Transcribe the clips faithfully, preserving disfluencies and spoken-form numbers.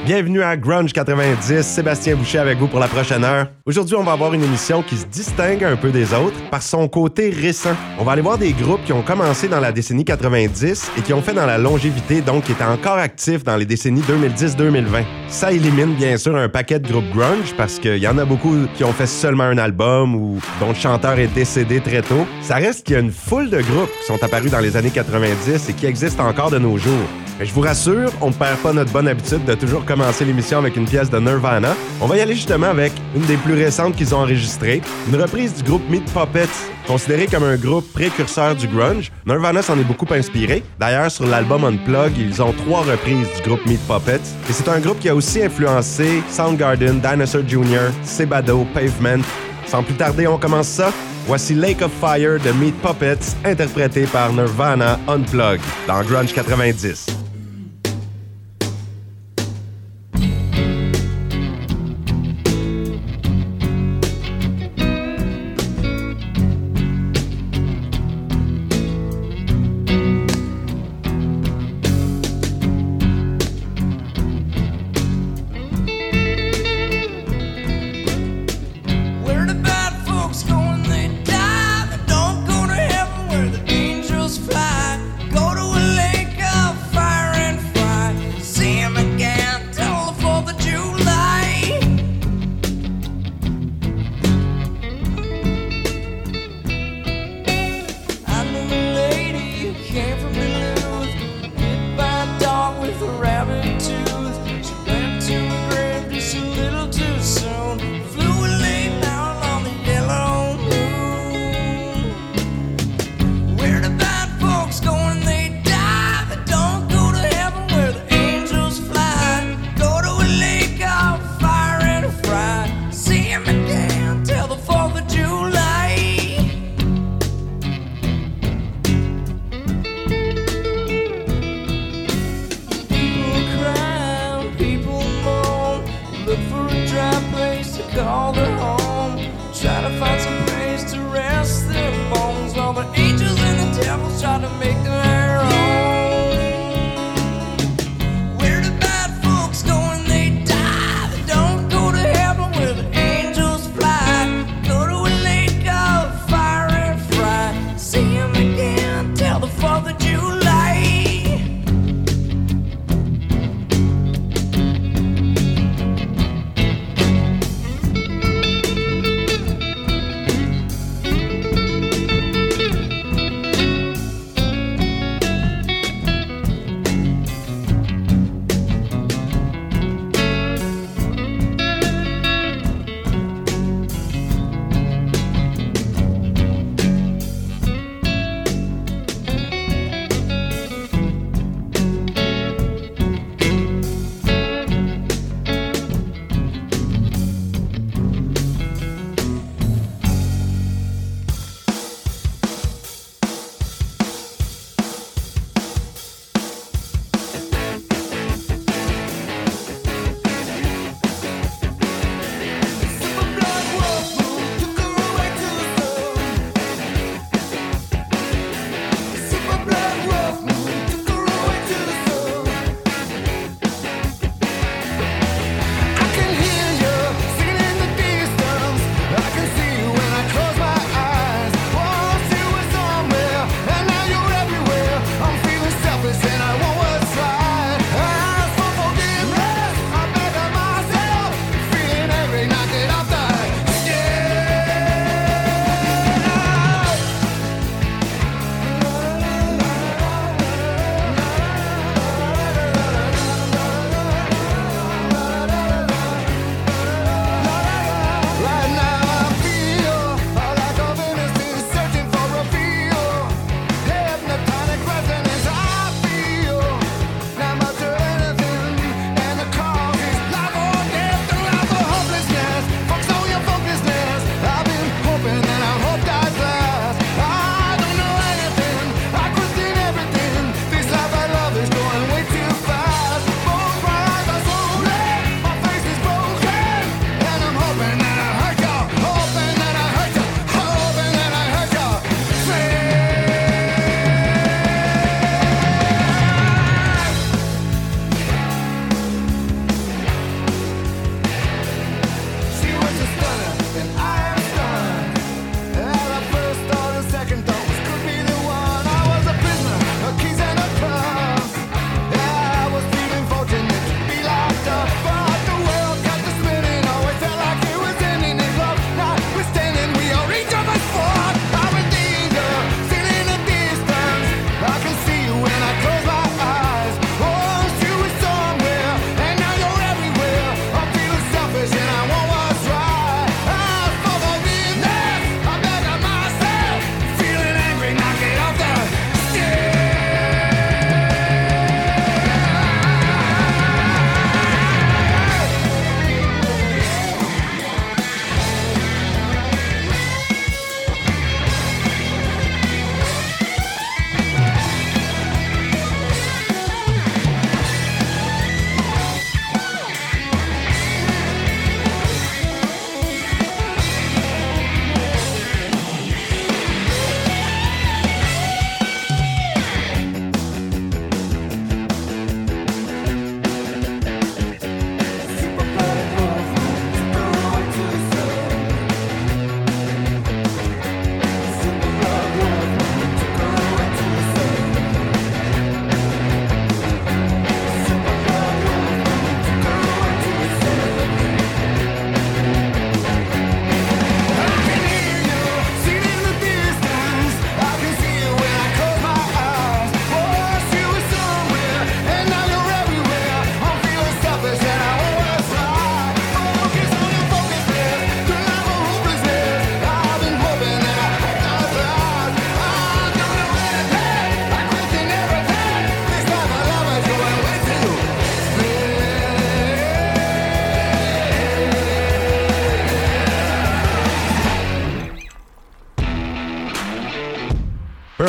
Bienvenue à Grunge quatre-vingt-dix, Sébastien Boucher avec vous pour la prochaine heure. Aujourd'hui, on va avoir une émission qui se distingue un peu des autres par son côté récent. On va aller voir des groupes qui ont commencé dans la décennie quatre-vingt-dix et qui ont fait dans la longévité, donc qui étaient encore actifs dans les décennies deux mille dix deux mille vingt. Ça élimine bien sûr un paquet de groupes grunge parce qu'il y en a beaucoup qui ont fait seulement un album ou dont le chanteur est décédé très tôt. Ça reste qu'il y a une foule de groupes qui sont apparus dans les années quatre-vingt-dix et qui existent encore de nos jours. Mais je vous rassure, on ne perd pas notre bonne habitude de toujours commencer l'émission avec une pièce de Nirvana. On va y aller justement avec une des plus récentes qu'ils ont enregistrées, une reprise du groupe Meat Puppets, considéré comme un groupe précurseur du grunge. Nirvana s'en est beaucoup inspiré. D'ailleurs, sur l'album Unplugged, ils ont trois reprises du groupe Meat Puppets. Et c'est un groupe qui a aussi influencé Soundgarden, Dinosaur junior, Sebado, Pavement. Sans plus tarder, on commence ça. Voici Lake of Fire de Meat Puppets, interprété par Nirvana Unplugged dans Grunge quatre-vingt-dix.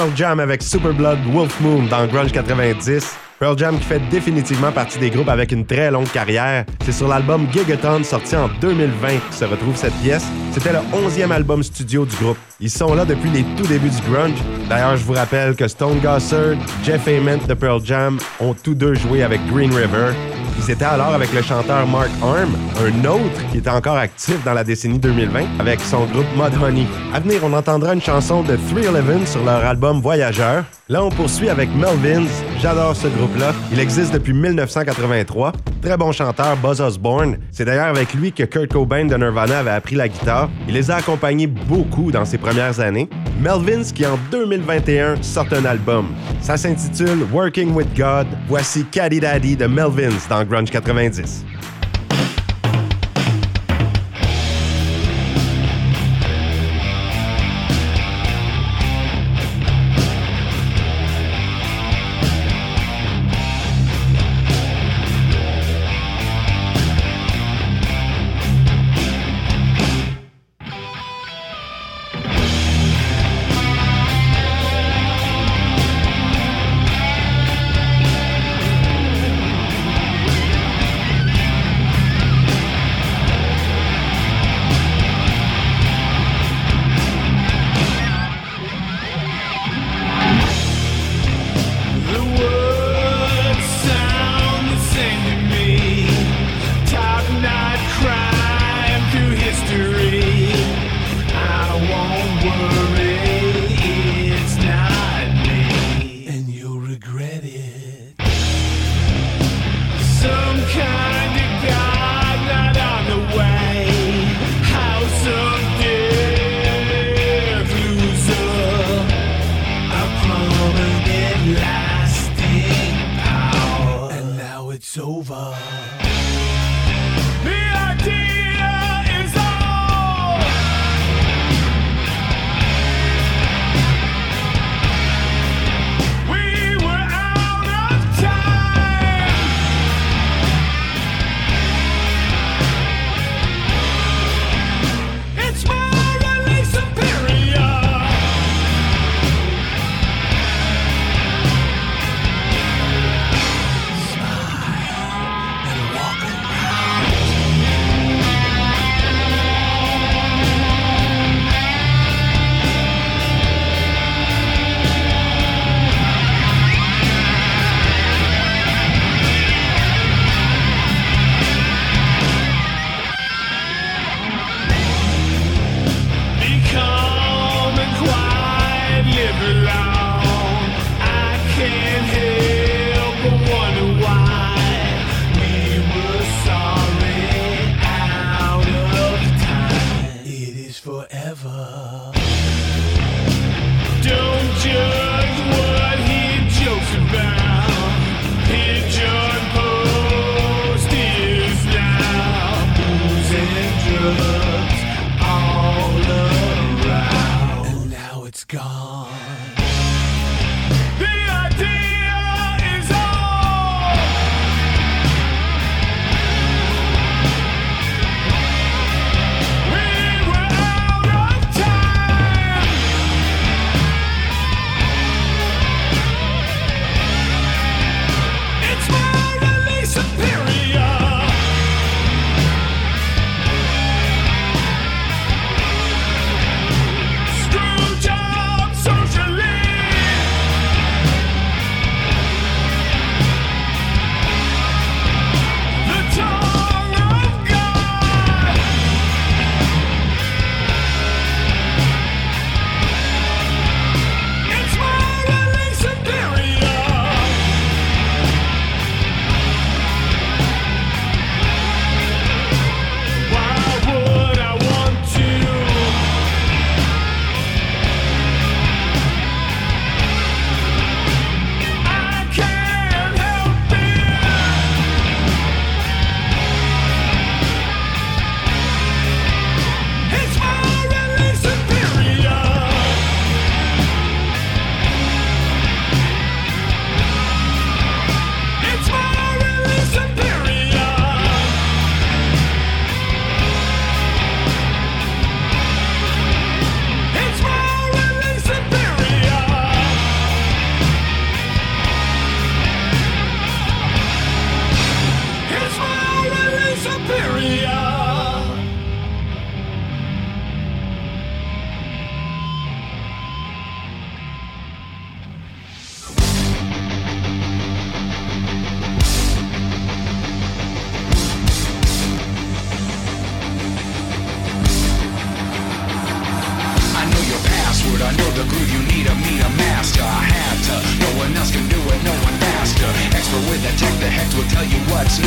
Pearl Jam avec Super Blood Wolf Moon dans Grunge quatre-vingt-dix. Pearl Jam qui fait définitivement partie des groupes avec une très longue carrière. C'est sur l'album Gigaton sorti en deux mille vingt que se retrouve cette pièce. C'était le onzième album studio du groupe. Ils sont là depuis les tout débuts du grunge. D'ailleurs, je vous rappelle que Stone Gossard, Jeff Ament de Pearl Jam ont tous deux joué avec Green River. Ils étaient alors avec le chanteur Mark Arm, un autre qui était encore actif dans la décennie deux mille vingt avec son groupe Mudhoney. À venir, on entendra une chanson de three eleven sur leur album Voyageur. Là, on poursuit avec Melvins. J'adore ce groupe-là. Il existe depuis dix-neuf cent quatre-vingt-trois. Très bon chanteur, Buzz Osborne. C'est d'ailleurs avec lui que Kurt Cobain de Nirvana avait appris la guitare. Il les a accompagnés beaucoup dans ses premières années. Melvins qui, en deux mille vingt et un, sort un album. Ça s'intitule Working with God. Voici Caddy Daddy de Melvins dans Grunge quatre-vingt-dix.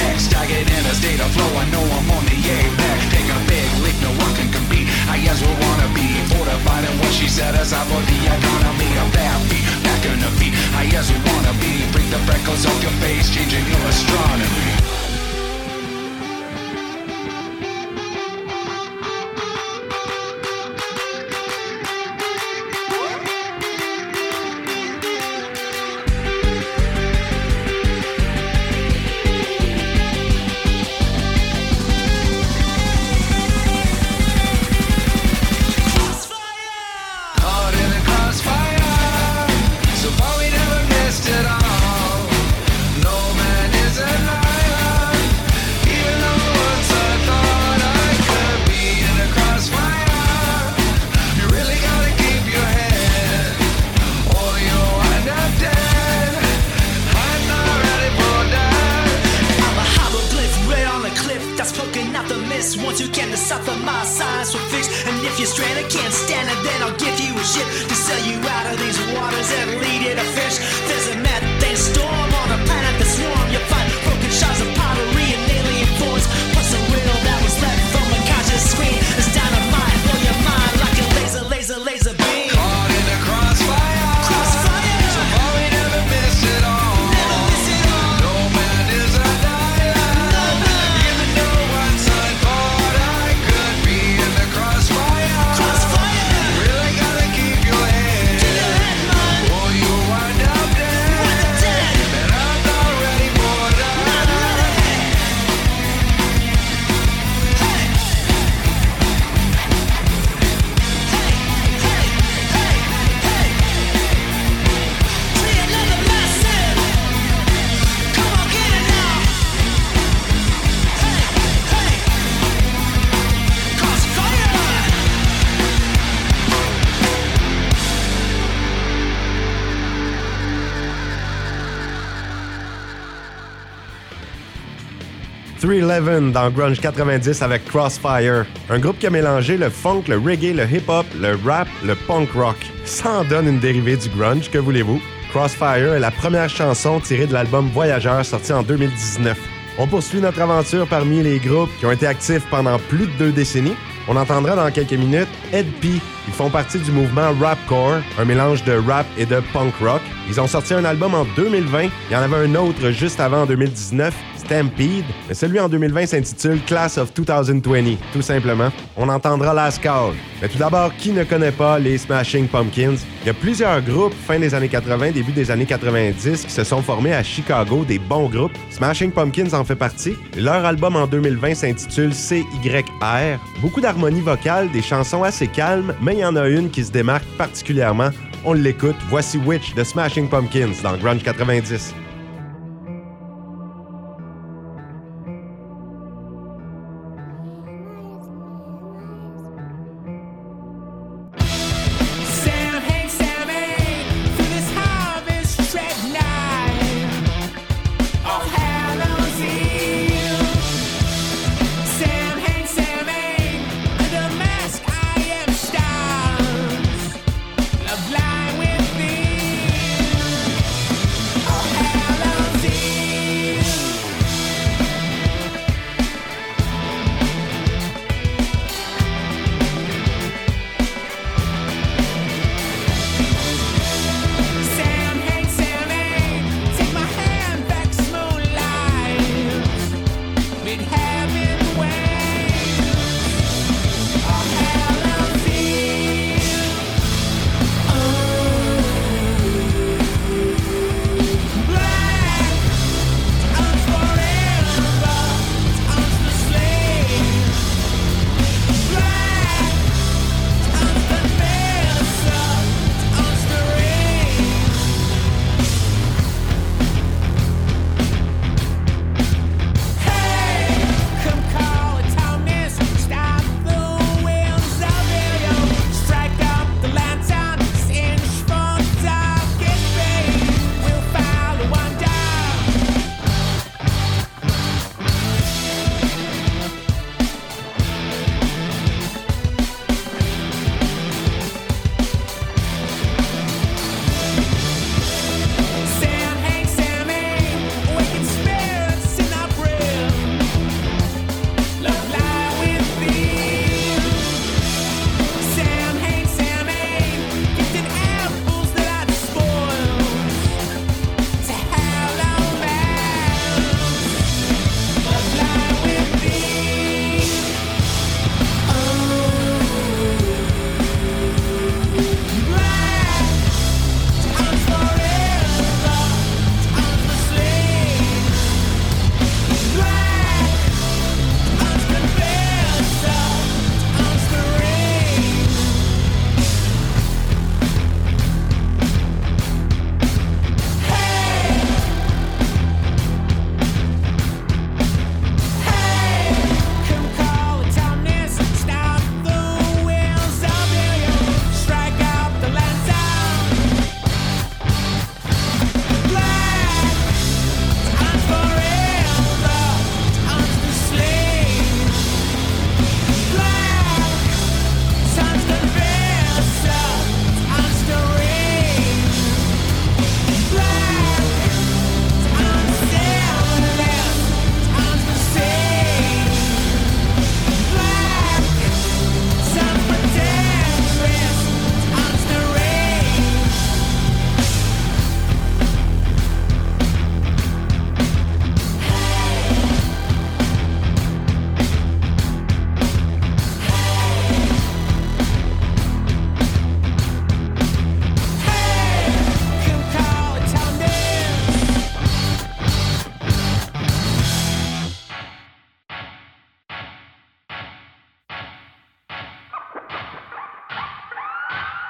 next. I get in a state of flow, I know I'm on the apex. Take a big leap, no one can compete. I guess we wanna be fortified in what she said aside for the economy of that beat. Back on the feet, I guess we wanna be. Break the freckles off your face, changing your astronomy. Once you can decipher my signs will fix. And if you're stranded, can't stand it, then I'll give you a ship to sell you out of these waters and lead it a fish. There's a methane storm on a planet that swarm. You'll find broken shards of pottery and alien forms. Plus a riddle that was left from a conscious screen. It's dynamite, blow your mind like a laser, laser, laser beam. Caught in the crossfire. Crossfire. So far we never missed it all. Never miss it all. No man is a liar. No, no. Even though once I thought I could be in the crossfire. Crossfire. Really gotta keep your head. Keep your head, man. Or you wind up dead. Wind up dead. And I'm not ready for that. Not ready. Hey. Hey, hey, hey, hey. Three another massive. Come on, get it now. Hey, hey. Crossfire. three eleven dans Grunge quatre-vingt-dix avec Crossfire, un groupe qui a mélangé le funk, le reggae, le hip-hop, le rap, le punk rock. Ça en donne une dérivée du grunge, que voulez-vous? Crossfire est la première chanson tirée de l'album Voyageur sorti en deux mille dix-neuf. On poursuit notre aventure parmi les groupes qui ont été actifs pendant plus de deux décennies. On entendra dans quelques minutes Ed P. Ils font partie du mouvement Rapcore, un mélange de rap et de punk rock. Ils ont sorti un album en deux mille vingt. Il y en avait un autre juste avant en deux mille dix-neuf, Stampede. Mais celui en deux mille vingt s'intitule Class of deux mille vingt, tout simplement. On entendra Last Call. Mais tout d'abord, qui ne connaît pas les Smashing Pumpkins? Il y a plusieurs groupes fin des années quatre-vingt, début des années quatre-vingt-dix qui se sont formés à Chicago, des bons groupes. Smashing Pumpkins en fait partie. Leur album en deux mille vingt s'intitule C Y R. Beaucoup d'harmonie vocale, des chansons assez calmes, mais il y en a une qui se démarque particulièrement. On l'écoute. Voici Witch de Smashing Pumpkins dans Grunge quatre-vingt-dix. Fly with me. Oh,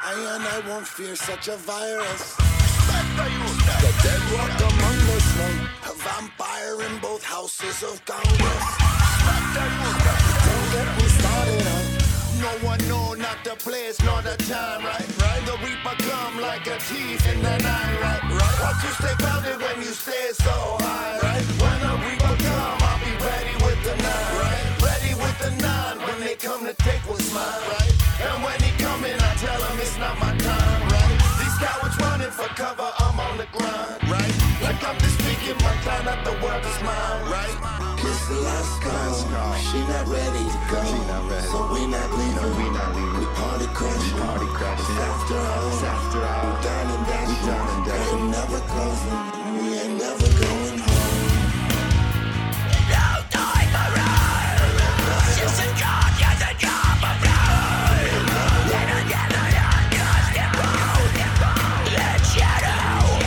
I and I won't fear such a virus. The dead walk among the snow, a vampire in both houses of Congress. Don't get me started on. No one know not the place nor the time, right? Right. The reaper come like a thief in the night, right? Right. Watch you stay grounded when you stay so high, right? When the reaper come, I'll be ready with the nine, right? Ready with the nine when they come to take what's mine, right? And when he come in, I tell him it's not my time, right? These cowards running for cover, I'm on the grind, right? Like I'm just speaking my time, that the world is mine, right? It's the last call. She not ready to go. She not ready. So we not leaving. No, we not leaving. We party crashing. We party crashing. After all. It's after all. We dine and dash. We dine and dash. We ain't never closing. We ain't never going home. No time for us. Just a job. Just a job of love. Let us get it on. Just the road. Let shadow.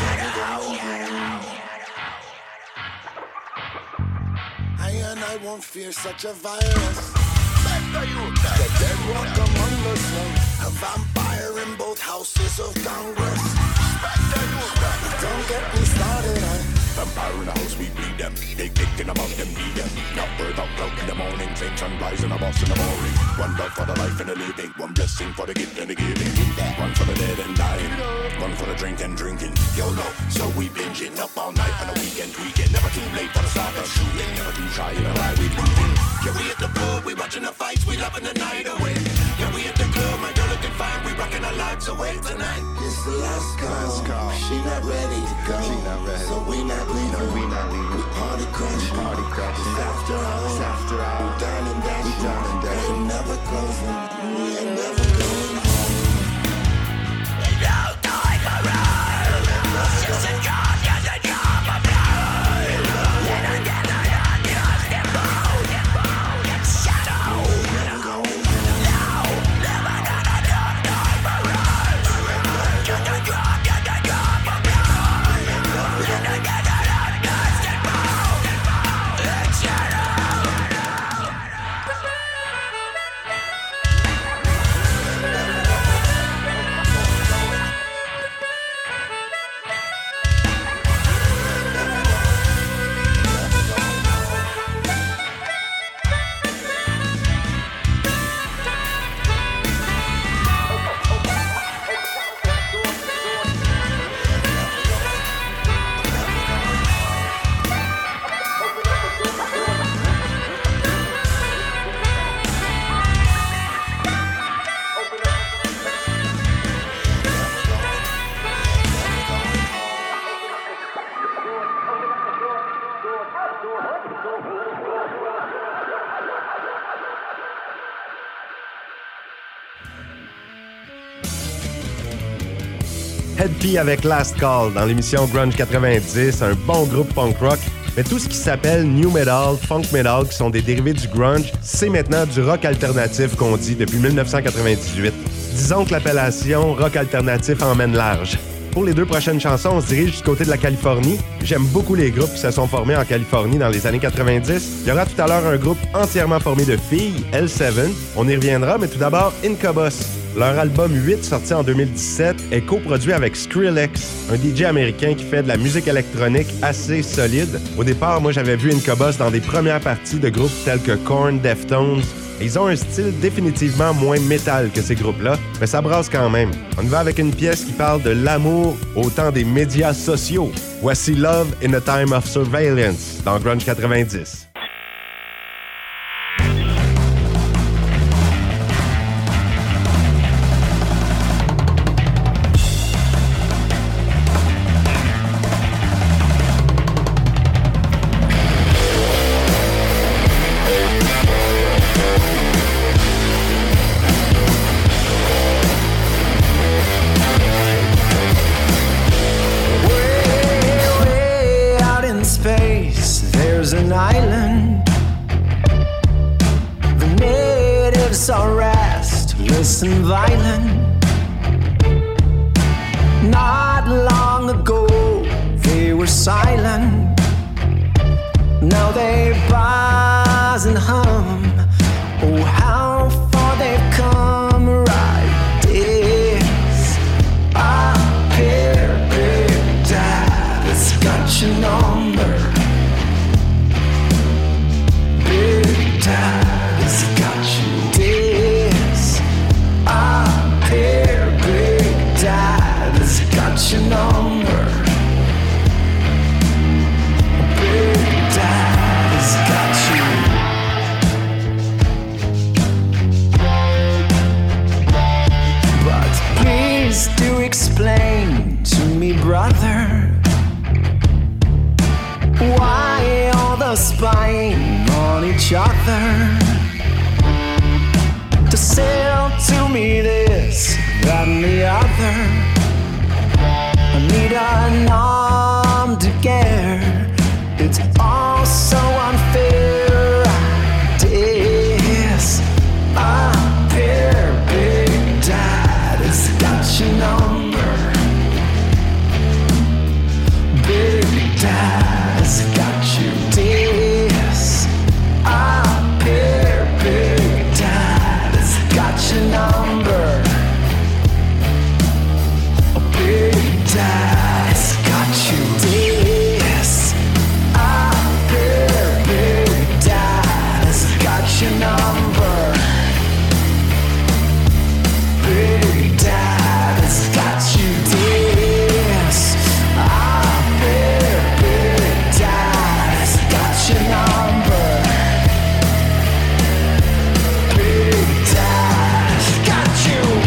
I and I won't fear such a virus. The dead walk among the snow, a vampire in both houses of Congress. Don't get me started on vampire in the house, we bleed them. They thinking about them, need them. Not bird out loud in the morning, same sunrise and a boss in the morning. One love for the life and the living, one blessing for the gift and the giving. One for the dead and dying, one for the drink and drinking. YOLO, so we binging up all night on the weekend, tweaking. Never too late for the start of shooting, never too shy in the ride, we moving. Yeah, we at the pub, we watching the fights, we loving the night away. Yeah, we at the club, my girl looking fine, we rocking our lives away tonight. It's the last call. She not ready to go. She not ready. So we not leaving. No, we not leaving. We party crashing. We party crashing. It's after all. It's after all. We dine and dash. We dine and dash. We ain't never closing. We ain't never going home. No time for us. Just a job. Just a job of love. Let us get it on. Just the road. Get shadow. Never going home. No, never gonna no time for us. Just a job. Just a job of love. Let us get it on. Just the road. Get shadow. Headpie avec Last Call dans l'émission Grunge quatre-vingt-dix, un bon groupe punk rock. Mais tout ce qui s'appelle new metal, funk metal, qui sont des dérivés du grunge, c'est maintenant du rock alternatif qu'on dit depuis dix-neuf cent quatre-vingt-dix-huit. Disons que l'appellation rock alternatif emmène large. Pour les deux prochaines chansons, on se dirige du côté de la Californie. J'aime beaucoup les groupes qui se sont formés en Californie dans les années quatre-vingt-dix. Il y aura tout à l'heure un groupe entièrement formé de filles, L sept. On y reviendra, mais tout d'abord, Incubus. Leur album huit, sorti en deux mille dix-sept, est coproduit avec Skrillex, un D J américain qui fait de la musique électronique assez solide. Au départ, moi, j'avais vu Incubus dans des premières parties de groupes tels que Korn, Deftones. Ils ont un style définitivement moins métal que ces groupes-là, mais ça brasse quand même. On y va avec une pièce qui parle de l'amour au temps des médias sociaux. Voici Love in a Time of Surveillance dans Grunge quatre-vingt-dix. An island, the natives are restless and violent. Not long ago they were silent. Now they buzz and hum. Oh, how far they've come, right? This relying on each other to sell to me this, that, and the other. I need an arm to care. It's all so unfair. This up here, Big Daddy's got your number. Big Daddy's got you. This up here, Big Daddy's got your number. Big Daddy's got you. This up here, Big Daddy's got your number. Big Daddy's got you. This up here, Big Daddy's got your number. Big Daddy's got you.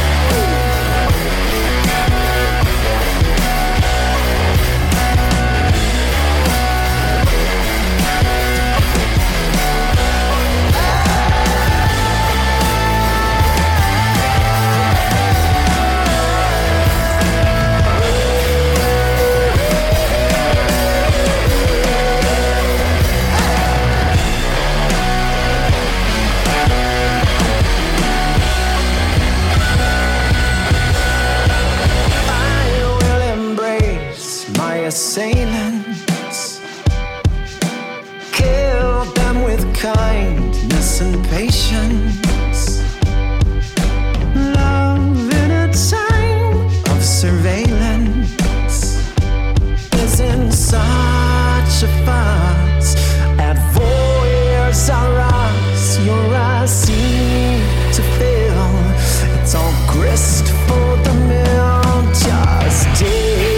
Assailants, kill them with kindness and patience. Love in a time of surveillance isn't such a fuss. At voyeurs are us, your eyes seem to fill. It's all grist for the mill, just dig.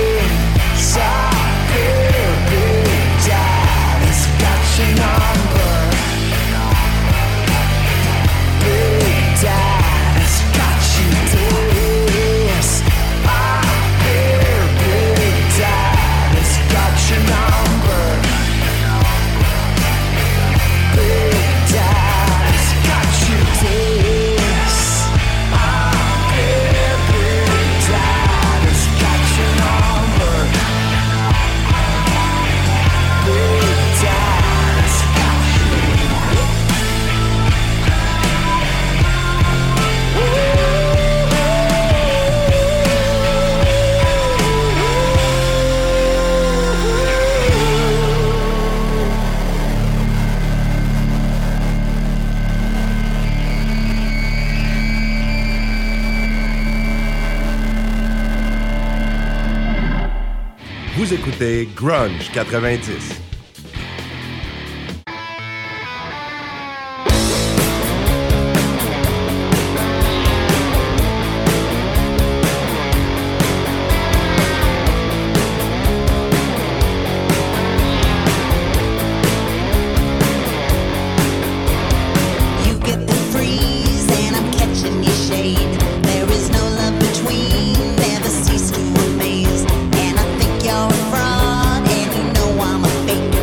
Vous écoutez Grunge quatre-vingt-dix. Never cease to amaze, and I think you're a fraud, and you know I'm a fake.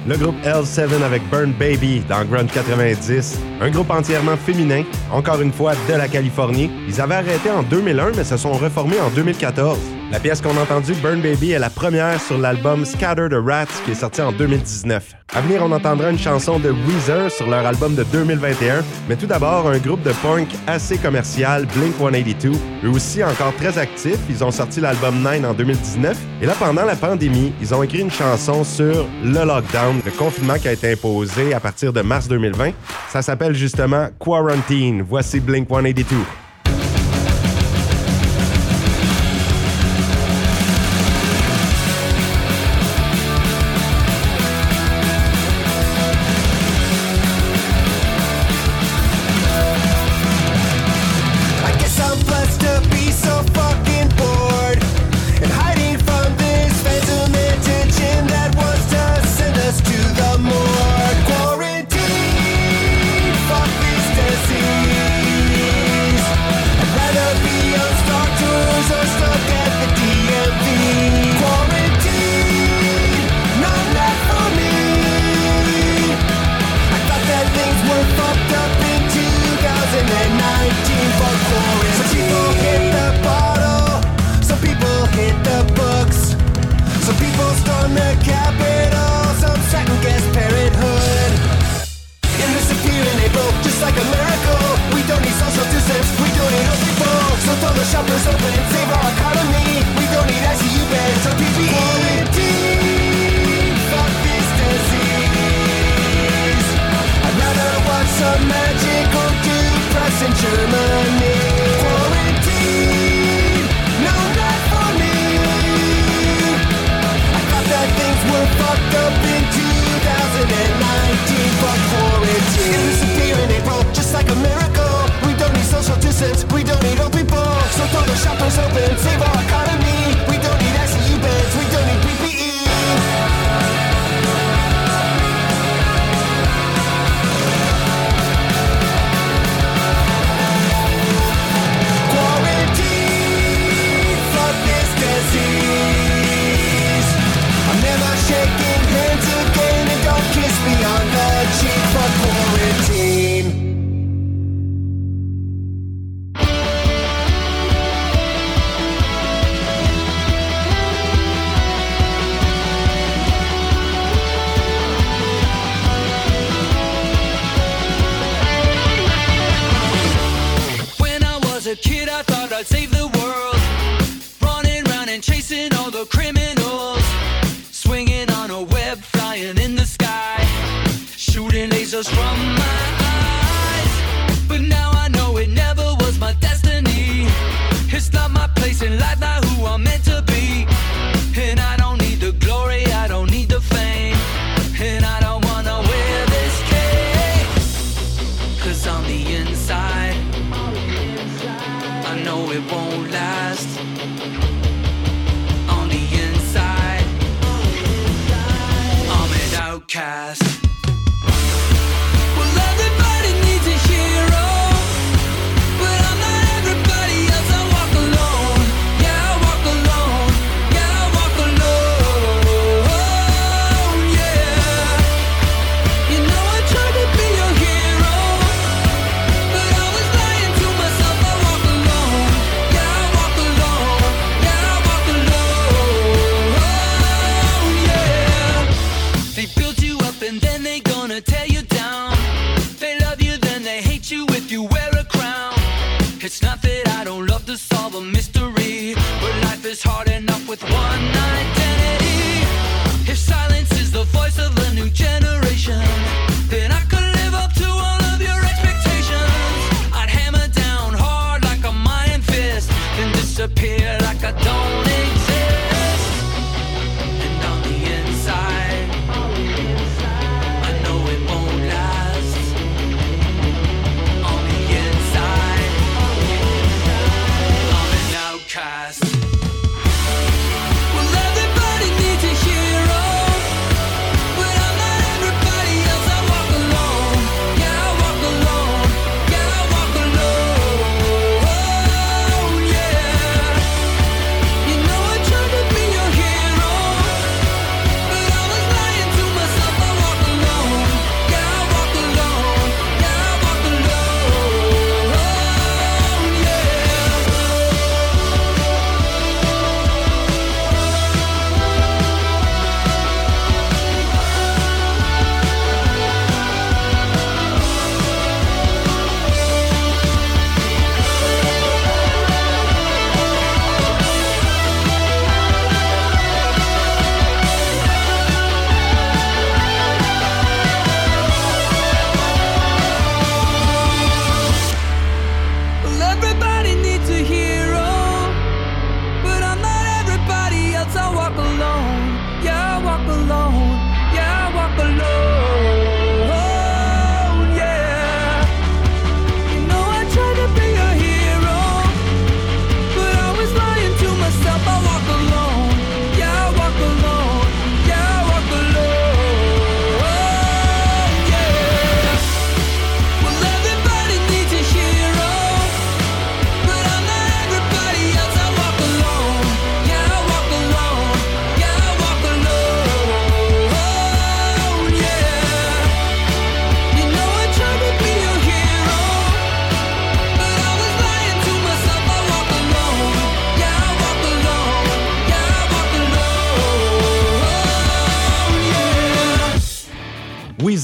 Le groupe L sept avec Burn Baby dans Grunge quatre-vingt-dix. Un groupe entièrement féminin, encore une fois de la Californie. Ils avaient arrêté en deux mille un, mais se sont reformés en deux mille quatorze. La pièce qu'on a entendue, Burn Baby, est la première sur l'album Scatter the Rats, qui est sorti en deux mille dix-neuf. À venir, on entendra une chanson de Weezer sur leur album de deux mille vingt et un, mais tout d'abord, un groupe de punk assez commercial, Blink cent quatre-vingt-deux. Eux aussi encore très actifs, ils ont sorti l'album Nine en deux mille dix-neuf, et là, pendant la pandémie, ils ont écrit une chanson sur le lockdown, le confinement qui a été imposé à partir de mars deux mille vingt. Ça s'appelle justement Quarantine. Voici Blink cent quatre-vingt-deux.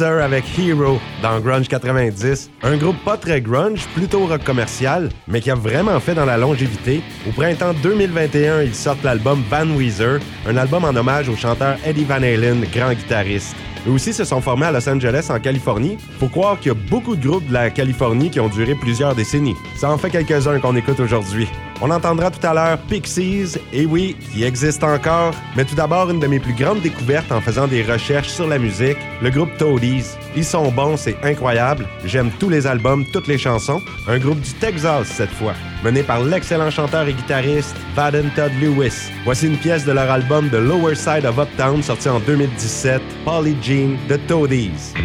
Weezer avec Hero dans Grunge quatre-vingt-dix. Un groupe pas très grunge, plutôt rock commercial, mais qui a vraiment fait dans la longévité. Au printemps deux mille vingt et un, ils sortent l'album Van Weezer, un album en hommage au chanteur Eddie Van Halen, grand guitariste. Eux aussi se sont formés à Los Angeles, en Californie. Faut croire qu'il y a beaucoup de groupes de la Californie qui ont duré plusieurs décennies. Ça en fait quelques-uns qu'on écoute aujourd'hui. On entendra tout à l'heure Pixies, et oui, qui existe encore. Mais tout d'abord, une de mes plus grandes découvertes en faisant des recherches sur la musique, le groupe Toadies. Ils sont bons, c'est incroyable. J'aime tous les albums, toutes les chansons. Un groupe du Texas cette fois, mené par l'excellent chanteur et guitariste Vaden Todd Lewis. Voici une pièce de leur album The Lower Side of Uptown, sorti en deux mille dix-sept, Polly Jean de Toadies.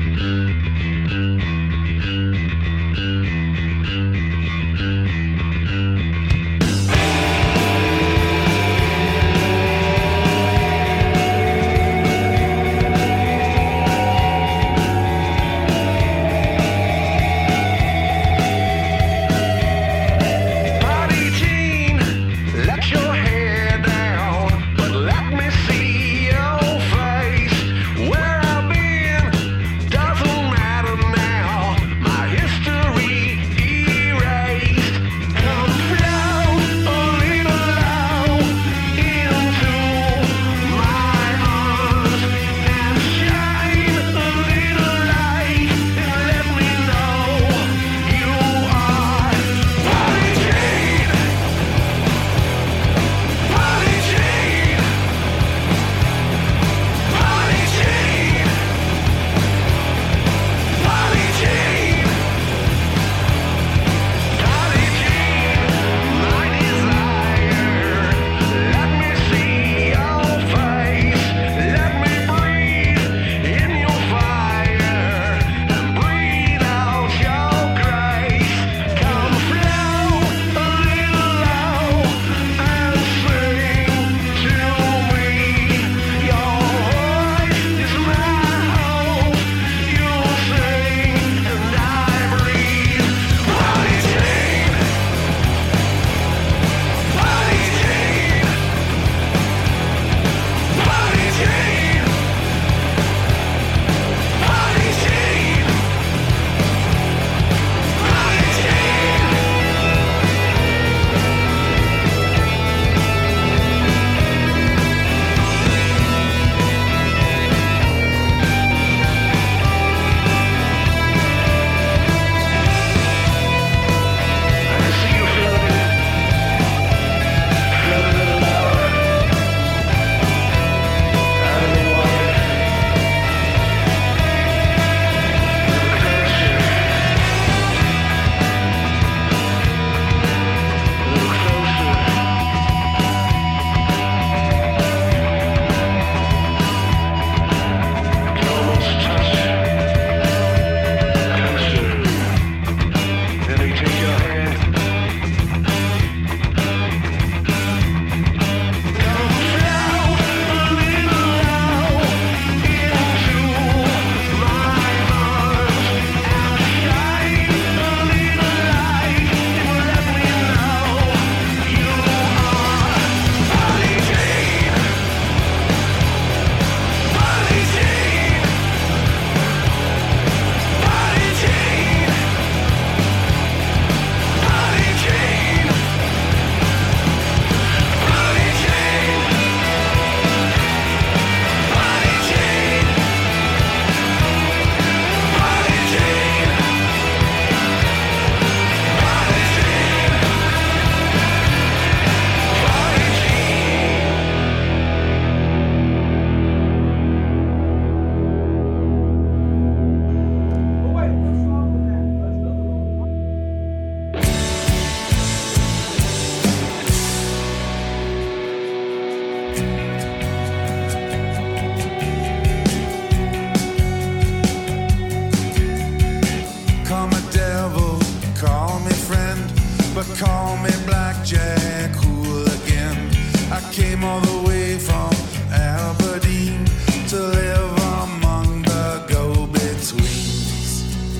call me Blackjack Hooligan. I came all the way from Aberdeen to live among the go-betweens.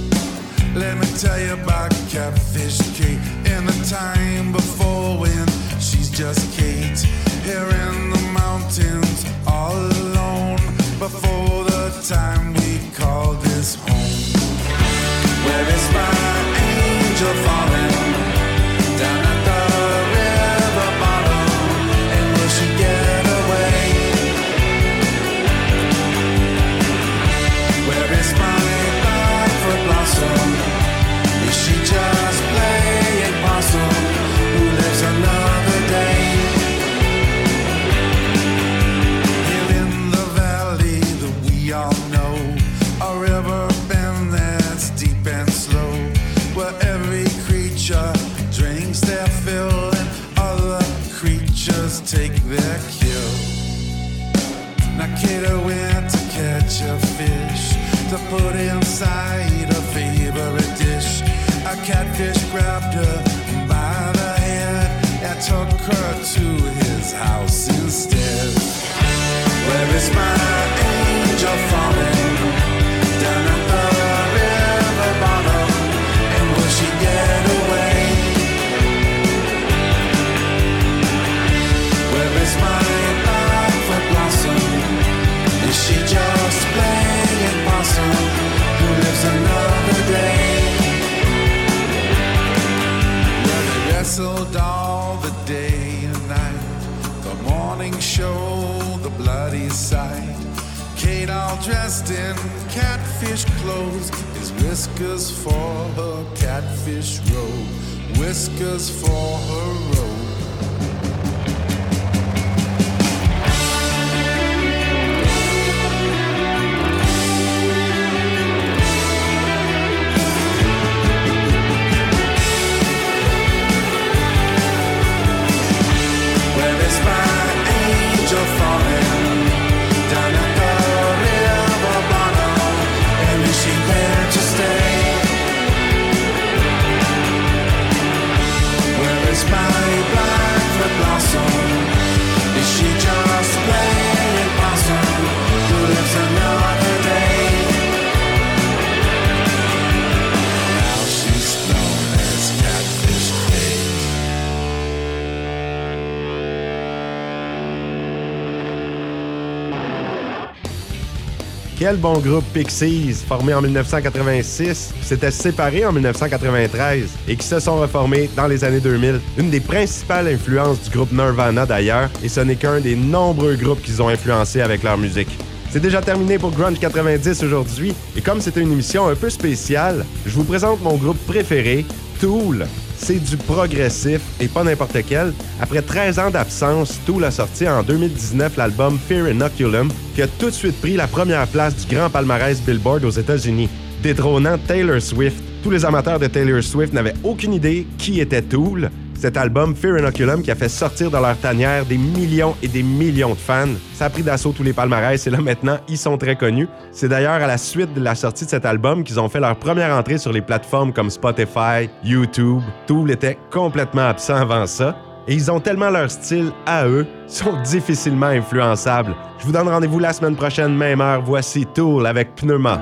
Let me tell you about Catfish Kate in the time before when she's just Kate. Here in the mountains all alone before the time we called falling down at the river bottom, and will she get away? Where is my Blackfoot blossom? Is she just playing possum? Who lives another day? Here in the valley that we all know, a river bend that's deep and slow, where every creature drinks their fill and other creatures take their kill. Now Kato went to catch a fish to put inside a favorite dish. A catfish grabbed her by the head and took her to his house instead. Where is my angel falling down at the river bottom, and will she get away? Where is my Blackfoot blossom? Is she just playing possum? Who lives another day? Well, they wrestled all the day and night, the morning show, the bloody sight. Kate all dressed in catfish clothes, his whiskers for her catfish robe, whiskers for her robe. Where is my angel falling down at the river bottom, and is she there to stay? Where is my Blackfoot blossom? Is she just playing possum? Who lives another day? Now she's known as Catfish Kate. Quel bon groupe Pixies, formé en dix-neuf cent quatre-vingt-six, qui s'était séparé en dix-neuf cent quatre-vingt-treize et qui se sont reformés dans les années deux mille. Une des principales influences du groupe Nirvana d'ailleurs, et ce n'est qu'un des nombreux groupes qu'ils ont influencés avec leur musique. C'est déjà terminé pour Grunge quatre-vingt-dix aujourd'hui, et comme c'était une émission un peu spéciale, je vous présente mon groupe préféré, Tool. C'est du progressif et pas n'importe quel. Après treize ans d'absence, Tool a sorti en deux mille dix-neuf l'album Fear Inoculum, qui a tout de suite pris la première place du grand palmarès Billboard aux États-Unis, détrônant Taylor Swift. Tous les amateurs de Taylor Swift n'avaient aucune idée qui était Tool. Cet album, Fear Inoculum, qui a fait sortir de leur tanière des millions et des millions de fans. Ça a pris d'assaut tous les palmarès et là maintenant, ils sont très connus. C'est d'ailleurs à la suite de la sortie de cet album qu'ils ont fait leur première entrée sur les plateformes comme Spotify, YouTube. Tool était complètement absent avant ça. Et ils ont tellement leur style à eux, sont difficilement influençables. Je vous donne rendez-vous la semaine prochaine, même heure. Voici Tool avec Pneuma.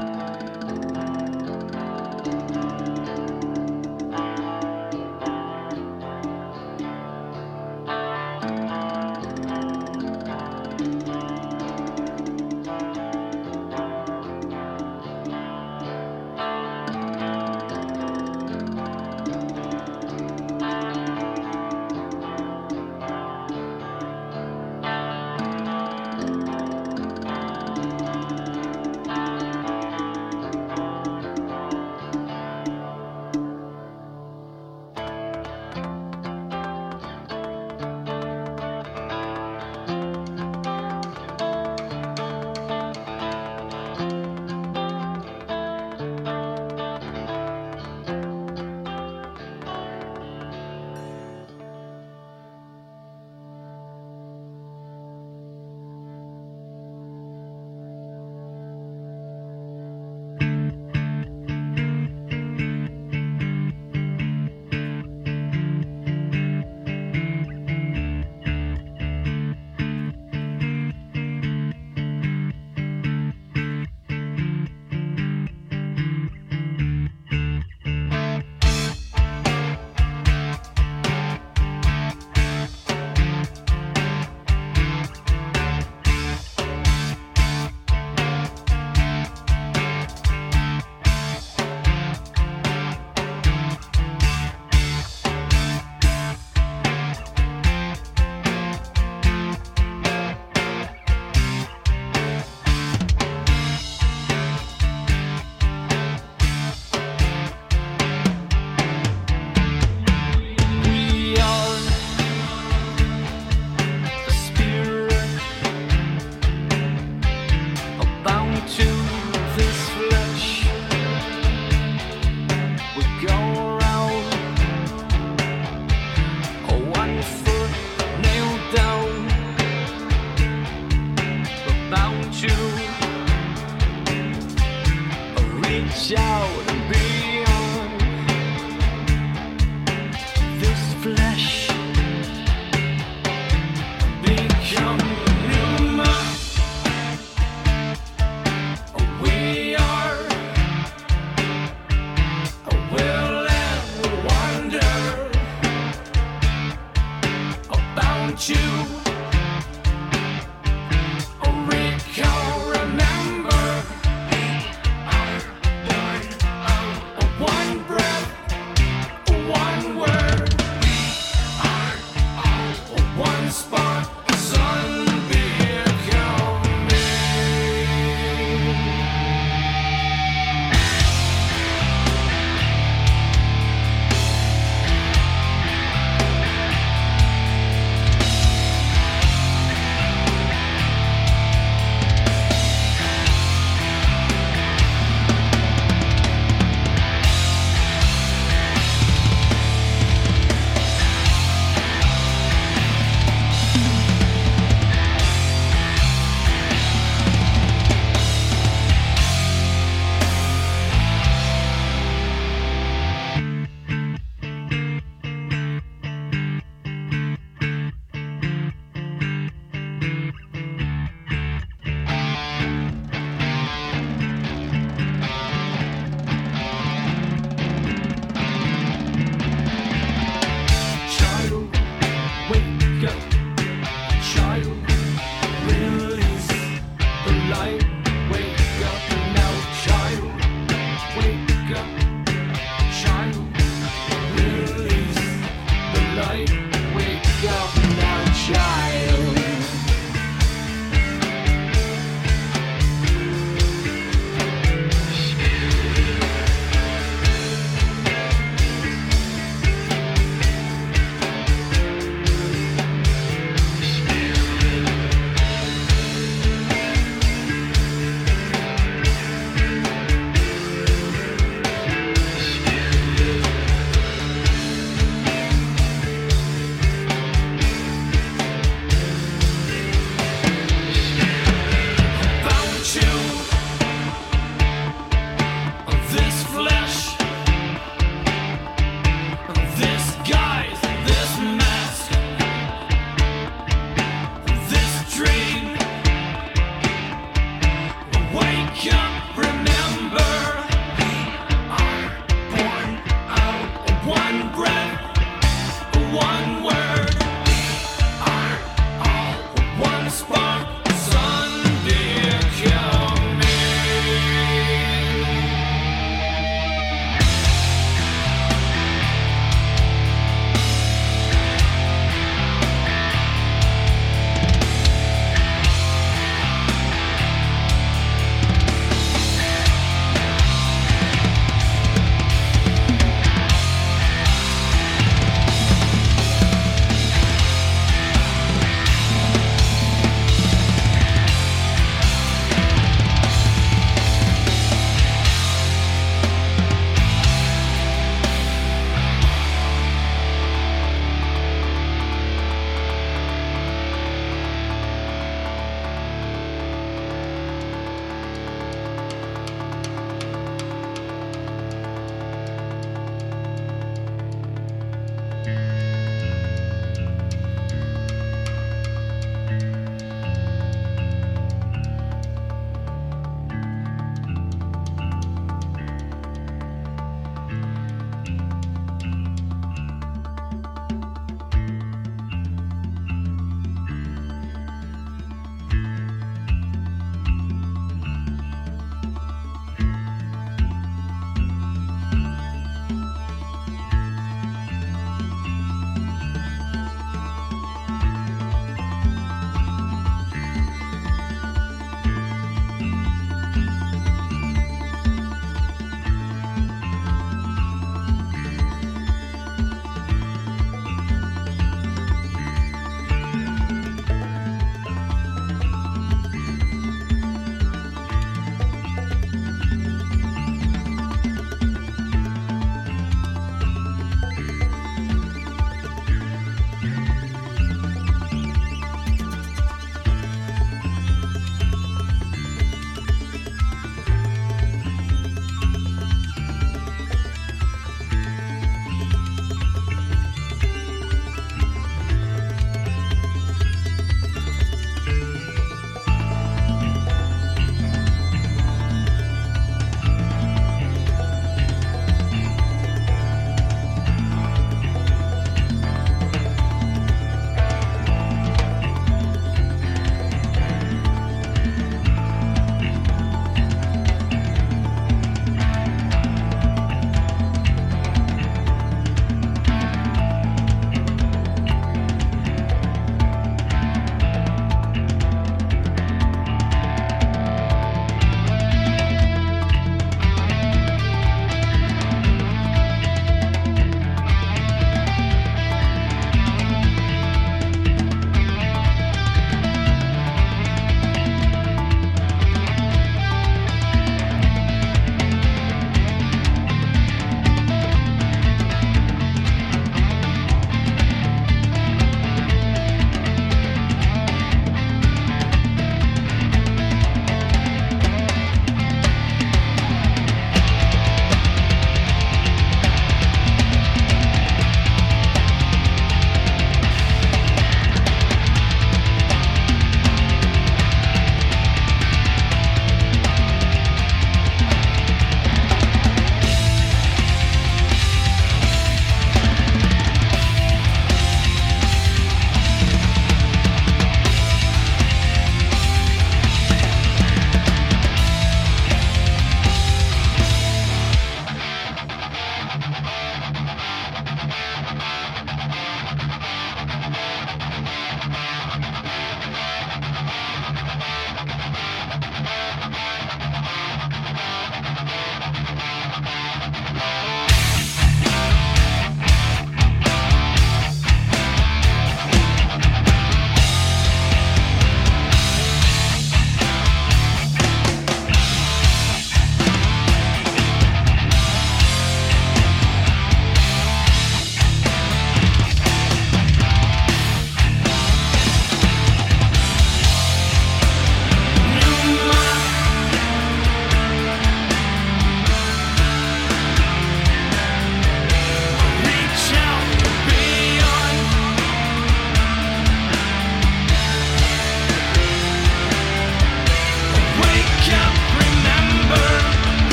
road and be